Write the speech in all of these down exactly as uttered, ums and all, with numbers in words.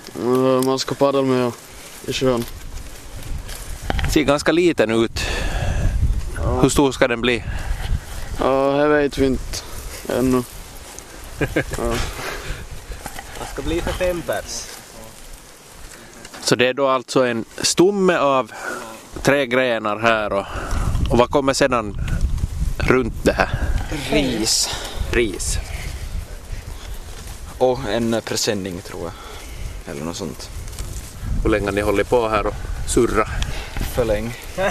Man ska paddla med i sjön. Ser ganska liten ut. Ja. Hur stor ska den bli? Ja, jag vet vi inte ännu. Ja. Det ska bli för fem pers. Så det är då alltså en stomme av tre grenar här och, och vad kommer sedan runt det här? Ris. Ris. Och en presenning tror jag. Eller något sånt. Hur länge ni håller på här och surra? För länge.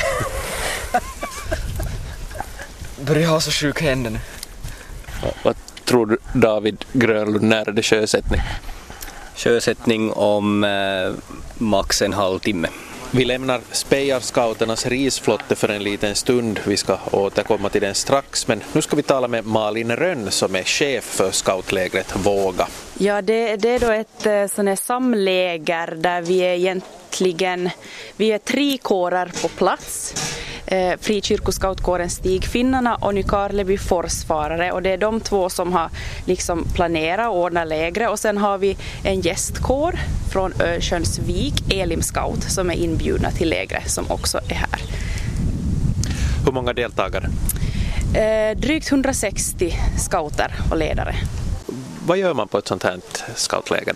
Börjar ha så sjuka händer nu. Vad tror du, David Grönlund, när är det sjösättning? Sjösättning om eh, max en halvtimme. Vi lämnar Spejarscouternas risflotte för en liten stund. Vi ska återkomma till den strax, men nu ska vi tala med Malin Rönn som är chef för scoutlägret Våga. Ja, det, det är då ett sån här samläger där vi är egentligen vi är tre kårer på plats. Eh, Frikyrkoscoutkåren Stigfinnarna och Nykarleby Forsfarare, och det är de två som har liksom planerat och ordnat lägre, och sen har vi en gästkår från Örnsköldsvik, Elim Scout, som är inbjudna till lägre som också är här. Hur många deltagare? Eh, drygt hundrasextio scouter och ledare. Vad gör man på ett sånt här scoutläger?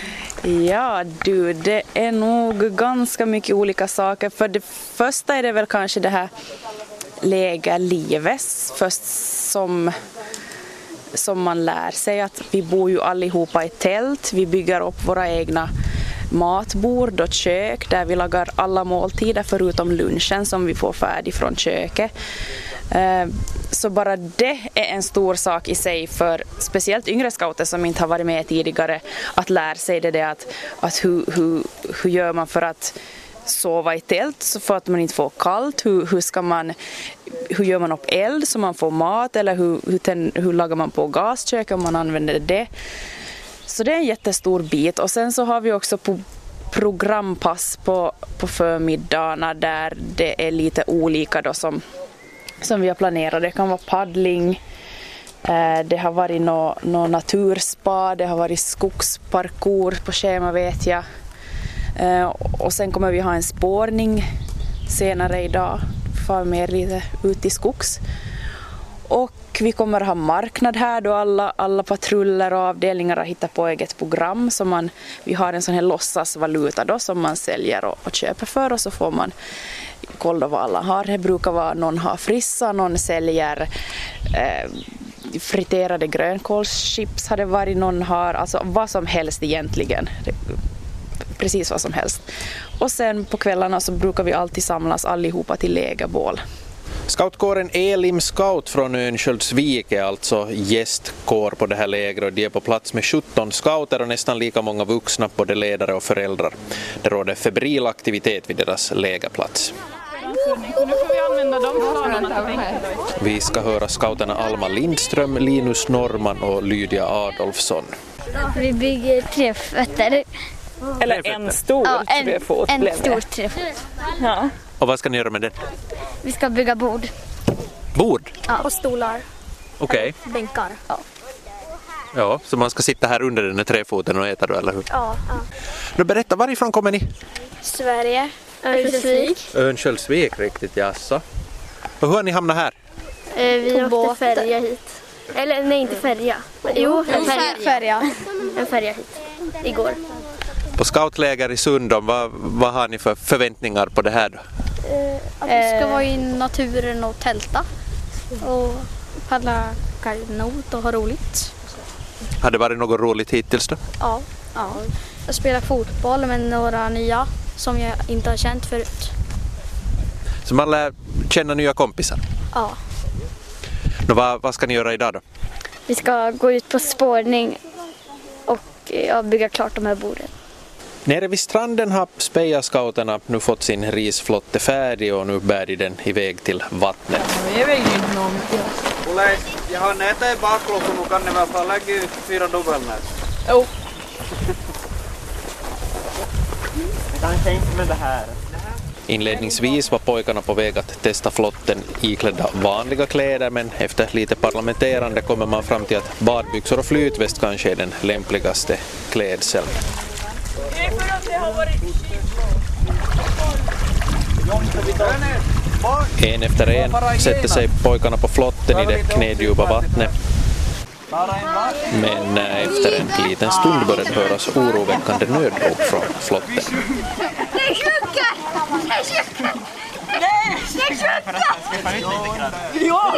Ja du, det är nog ganska mycket olika saker. För det första är det väl kanske det här lägerlivet först som, som man lär sig att vi bor ju allihopa i tält. Vi bygger upp våra egna matbord och kök där vi lagar alla måltider förutom lunchen som vi får färdig från köket. Så bara det är en stor sak i sig för speciellt yngre scouter som inte har varit med tidigare, att lära sig det där att, att hur, hur, hur gör man för att sova i tält så för att man inte får kallt, hur, hur, ska man, hur gör man upp eld så man får mat, eller hur, hur, ten, hur lagar man på gaskök om man använder det. Så det är en jättestor bit, och sen så har vi också på programpass på, på förmiddagarna där det är lite olika då som som vi har planerat. Det kan vara paddling, det har varit nå, nå naturspa, det har varit skogsparkour på schema vet jag. Och sen kommer vi ha en spårning senare idag, för mer lite ut i skogs. Och vi kommer att ha marknad här då alla, alla patruller och avdelningar har hittat på eget program. Så man, vi har en sån här låtsasvaluta då som man säljer och, och köper för, och så får man kolla vad alla har. Det brukar vara någon har frissa, någon säljer eh, friterade grönkålschips har det varit, någon har alltså vad som helst egentligen. Precis vad som helst. Och sen på kvällarna så brukar vi alltid samlas allihopa till lägerbål. Scoutkåren Elim Scout från Örnsköldsvik är alltså gästkår på det här lägret, och de är på plats med sjutton scouter och nästan lika många vuxna, både ledare och föräldrar. Det råder febril aktivitet vid deras lägerplats. Vi ska höra scouterna Alma Lindström, Linus Norman och Lydia Adolfsson. Vi bygger trefötter. Eller en stor ja, en, trefot. En stor trefot. Ja. Och vad ska ni göra med det? Vi ska bygga bord. Bord? Ja. Och stolar. Okej. Okay. Bänkar. Ja. Ja, så man ska sitta här under den här trefoten och äta då, eller hur? Ja. ja. Nu berätta, varifrån kommer ni? Sverige. Örnsköldsvik. Örnsköldsvik, riktigt, jaså. Och hur har ni hamnat här? Eh, vi åkte färja hit. Eller nej, inte färja. Jo, en färja. färja. En färja hit. Igår. På scoutläger i Sundom, vad, vad har ni för förväntningar på det här då? Att vi ska vara i naturen och tälta. Och paddla kanot och ha roligt. Har det varit något roligt hittills då? Ja. ja. Jag spelar fotboll med några nya som jag inte har känt förut. Så man lär känna nya kompisar? Ja. Nå, vad, vad ska ni göra idag då? Vi ska gå ut på spårning och ja, bygga klart de här borden. Nere vid stranden har Spejarscouterna nu fått sin risflotte färdig, och nu bär de den iväg till vattnet. Vi är väl inte någon. Kuule, jag har näitä i bakluukun, nu kan ni väl få lägga ut fyra dubbelnät. Jo. Kanske inte med det här. Inledningsvis var pojkarna på väg att testa flotten iklädda vanliga kläder, men efter lite parlamenterande kommer man fram till att badbyxor och flytväst kanske är den lämpligaste klädseln. En efter en sätter sig pojkarna på flotten i det knädjupa vattnet. Men efter en liten stund började det höras oroväckande nödrop från flotten. Det sjunker! Det sjunker! Det sjunker! Ja!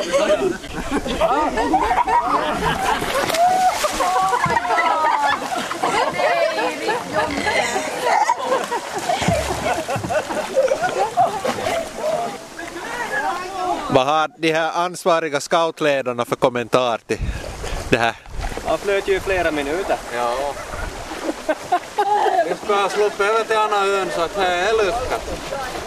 Vad har de här ansvariga scoutledarna för kommentar till det här? Han flöt ju i flera minuter. Ja. Vi ska ha sluppit över till andra ön så att det är lyckat.